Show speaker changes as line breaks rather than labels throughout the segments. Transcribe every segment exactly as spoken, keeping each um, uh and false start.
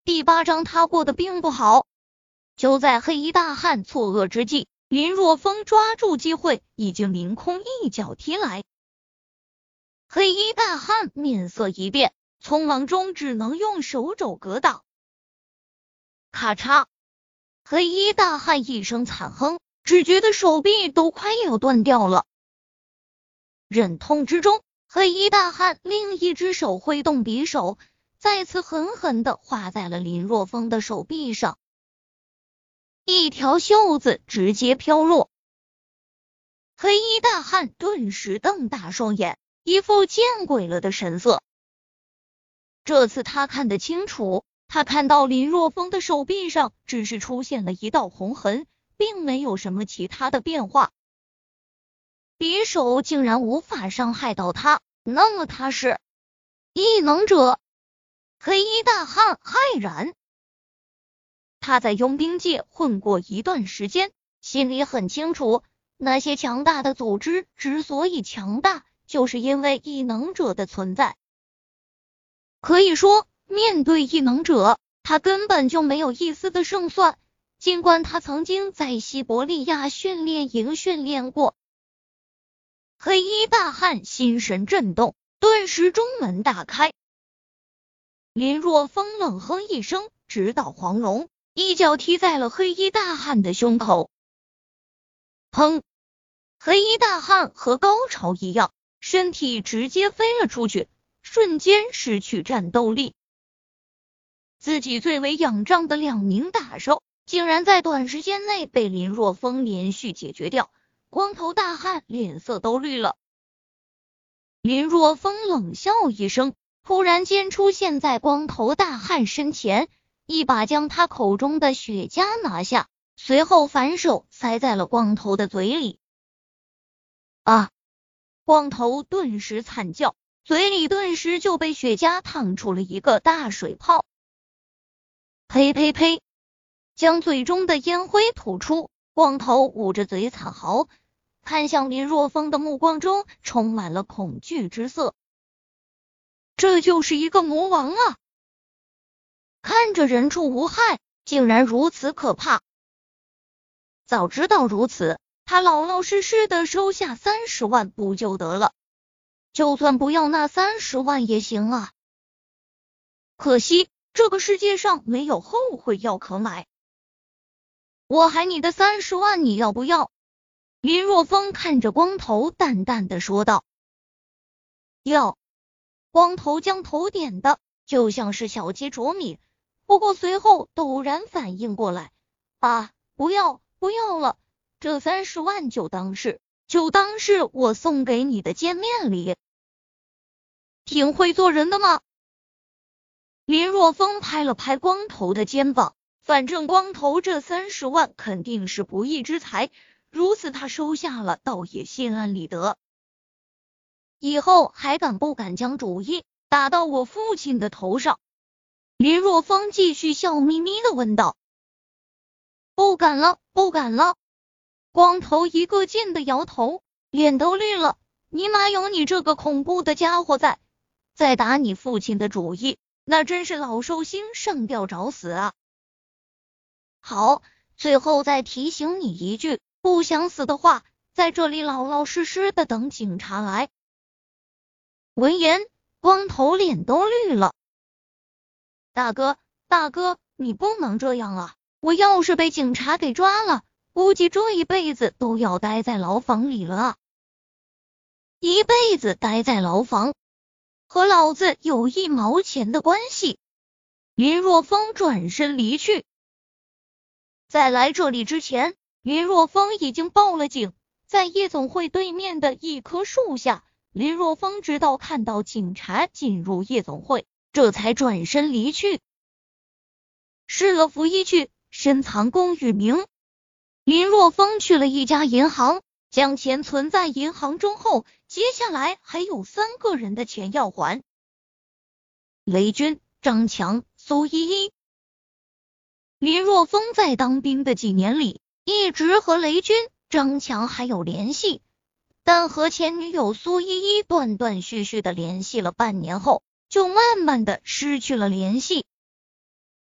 第八章他过得并不好。就在黑衣大汉错愕之际，林若风抓住机会，已经凌空一脚踢来。黑衣大汉面色一变，匆忙中只能用手肘格挡。咔嚓！黑衣大汉一声惨哼，只觉得手臂都快要断掉了。忍痛之中，黑衣大汉另一只手挥动匕首，再次狠狠地划在了林若风的手臂上，一条袖子直接飘落。黑衣大汉顿时瞪大双眼，一副见鬼了的神色。这次他看得清楚，他看到林若风的手臂上只是出现了一道红痕，并没有什么其他的变化。匕首竟然无法伤害到他，那么他是异能者？黑衣大汉骇然。他在佣兵界混过一段时间，心里很清楚，那些强大的组织之所以强大，就是因为异能者的存在。可以说，面对异能者，他根本就没有一丝的胜算，尽管他曾经在西伯利亚训练营训练过。黑衣大汉心神震动，顿时中门大开。林若风冷哼一声，直捣黄龙，一脚踢在了黑衣大汉的胸口。砰！黑衣大汉和高潮一样，身体直接飞了出去，瞬间失去战斗力。自己最为仰仗的两名打手，竟然在短时间内被林若风连续解决掉，光头大汉脸色都绿了。林若风冷笑一声，突然间出现在光头大汉身前，一把将他口中的雪茄拿下，随后反手塞在了光头的嘴里。啊！光头顿时惨叫，嘴里顿时就被雪茄烫出了一个大水泡。呸呸呸！将嘴中的烟灰吐出，光头捂着嘴惨嚎，看向林若风的目光中充满了恐惧之色。这就是一个魔王啊！看着人畜无害，竟然如此可怕。早知道如此，他老老实实的收下三十万不就得了？就算不要那三十万也行啊。可惜这个世界上没有后悔药可买。我还你的三十万，你要不要？林若风看着光头淡淡的说道。要。光头将头点的就像是小鸡啄米，不过随后陡然反应过来，啊，不要不要了，这三十万就当是就当是我送给你的见面礼。挺会做人的吗？林若风拍了拍光头的肩膀，反正光头这三十万肯定是不义之财，如此他收下了倒也心安理得。以后还敢不敢将主意打到我父亲的头上？林若风继续笑眯眯的问道。不敢了，不敢了。光头一个劲的摇头，脸都绿了。尼玛有你这个恐怖的家伙在，再打你父亲的主意，那真是老寿星上吊找死啊！好，最后再提醒你一句，不想死的话，在这里老老实实的等警察来。闻言，光头脸都绿了。大哥，大哥，你不能这样啊！我要是被警察给抓了，估计这一辈子都要待在牢房里了啊！一辈子待在牢房，和老子有一毛钱的关系。林若风转身离去。在来这里之前，林若风已经报了警，在夜总会对面的一棵树下，林若风直到看到警察进入夜总会，这才转身离去。施了服一去，深藏功与名。林若风去了一家银行，将钱存在银行中后，接下来还有三个人的钱要还。雷军、张强、苏依依。林若风在当兵的几年里，一直和雷军、张强还有联系，但和前女友苏依依断断续续的联系了半年后，就慢慢的失去了联系。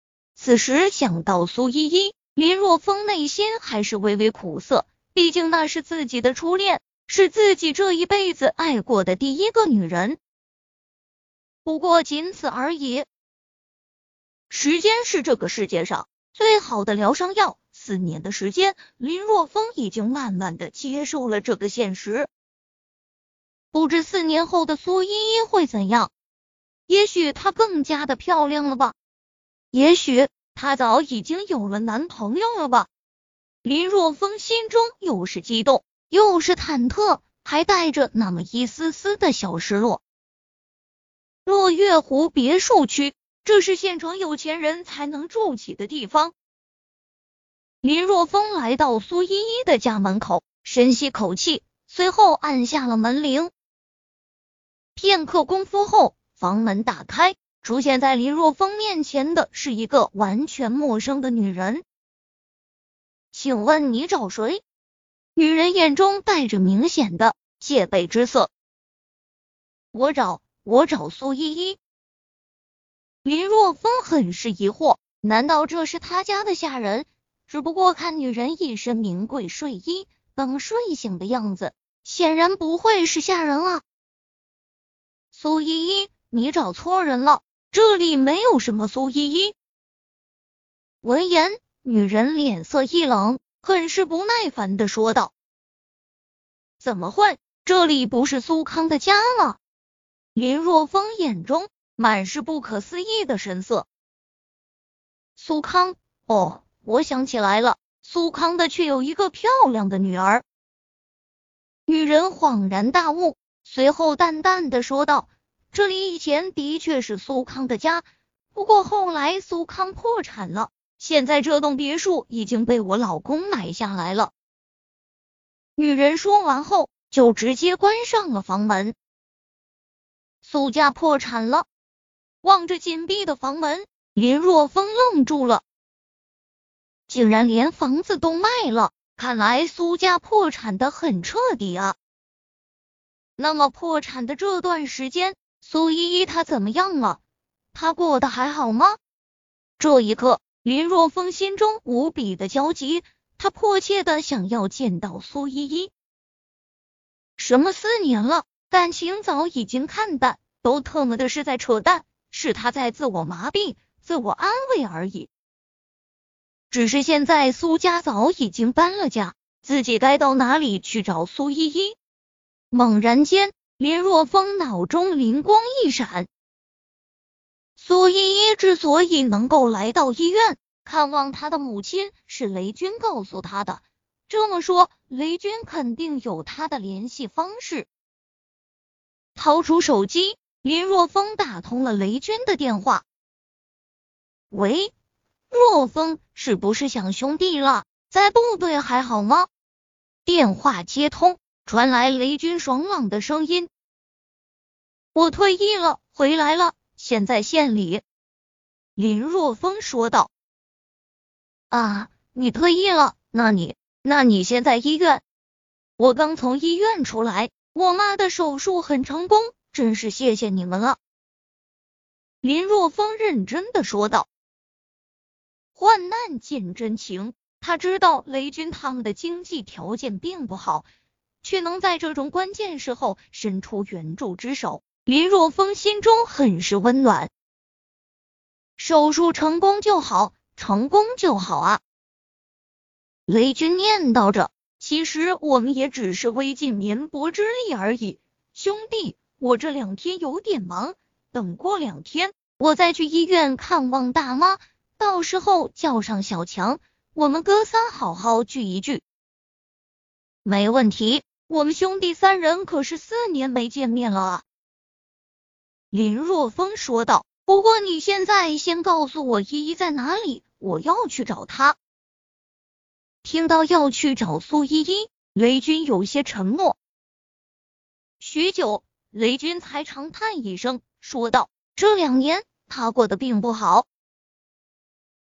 此时想到苏依依，林若风内心还是微微苦涩，毕竟那是自己的初恋，是自己这一辈子爱过的第一个女人。不过仅此而已。时间是这个世界上最好的疗伤药，四年的时间，林若风已经慢慢的接受了这个现实。不知四年后的苏依依会怎样？也许她更加的漂亮了吧？也许她早已经有了男朋友了吧？林若风心中又是激动，又是忐忑，还带着那么一丝丝的小失落。落月湖别墅区，这是县城有钱人才能住起的地方。林若风来到苏依依的家门口，深吸口气，随后按下了门铃。片刻功夫后，房门打开，出现在林若风面前的是一个完全陌生的女人。请问你找谁？女人眼中带着明显的戒备之色。我找我找苏依依。林若风很是疑惑，难道这是他家的下人？只不过看女人一身名贵睡衣，刚睡醒的样子，显然不会是下人了。苏依依，你找错人了，这里没有什么苏依依。闻言，女人脸色一冷，很是不耐烦的说道：怎么会？这里不是苏康的家吗？林若风眼中满是不可思议的神色。苏康，哦，我想起来了，苏康的却有一个漂亮的女儿。女人恍然大悟，随后淡淡的说道：这里以前的确是苏康的家，不过后来苏康破产了，现在这栋别墅已经被我老公买下来了。女人说完后，就直接关上了房门。苏家破产了。望着紧闭的房门，林若风愣住了，竟然连房子都卖了，看来苏家破产的很彻底啊。那么破产的这段时间，苏依依她怎么样了？她过得还好吗？这一刻，林若风心中无比的焦急，他迫切的想要见到苏依依。什么四年了，感情早已经看淡，都特么的是在扯淡，是他在自我麻痹，自我安慰而已。只是现在苏家早已经搬了家，自己该到哪里去找苏依依？猛然间，林若风脑中灵光一闪，苏依依之所以能够来到医院看望他的母亲，是雷军告诉他的。这么说，雷军肯定有他的联系方式。掏出手机，林若风打通了雷军的电话。喂，若风，是不是想兄弟了？在部队还好吗？电话接通，传来雷军爽朗的声音。我退役了，回来了，现在县里。林若风说道。啊，你退役了？那你那你现在医院？我刚从医院出来，我妈的手术很成功，真是谢谢你们了。林若风认真的说道。患难见真情，他知道雷军他们的经济条件并不好，却能在这种关键时候伸出援助之手，林若风心中很是温暖。手术成功就好，成功就好啊。雷军念叨着，其实我们也只是微尽绵薄之力而已。兄弟，我这两天有点忙，等过两天我再去医院看望大妈，到时候叫上小强，我们哥仨好好聚一聚。没问题，我们兄弟三人可是四年没见面了啊。林若风说道。不过你现在先告诉我依依在哪里，我要去找她。听到要去找苏依依，雷军有些沉默。许久，雷军才长叹一声，说道：这两年他过得并不好，